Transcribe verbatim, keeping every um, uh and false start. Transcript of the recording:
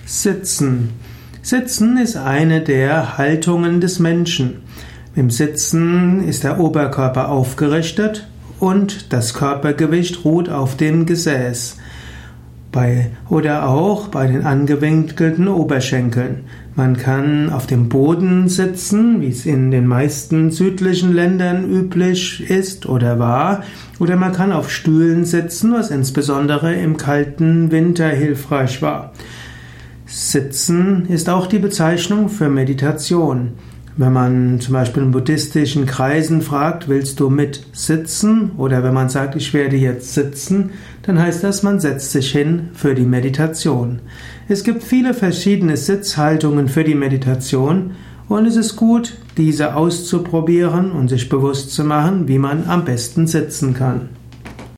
Sitzen. Sitzen ist eine der Haltungen des Menschen. Im Sitzen ist der Oberkörper aufgerichtet und das Körpergewicht ruht auf dem Gesäß. Bei, oder auch bei den angewinkelten Oberschenkeln. Man kann auf dem Boden sitzen, wie es in den meisten südlichen Ländern üblich ist oder war, oder man kann auf Stühlen sitzen, was insbesondere im kalten Winter hilfreich war. Sitzen ist auch die Bezeichnung für Meditation. Wenn man zum Beispiel in buddhistischen Kreisen fragt, willst du mit sitzen? Oder wenn man sagt, ich werde jetzt sitzen, dann heißt das, man setzt sich hin für die Meditation. Es gibt viele verschiedene Sitzhaltungen für die Meditation und es ist gut, diese auszuprobieren und sich bewusst zu machen, wie man am besten sitzen kann.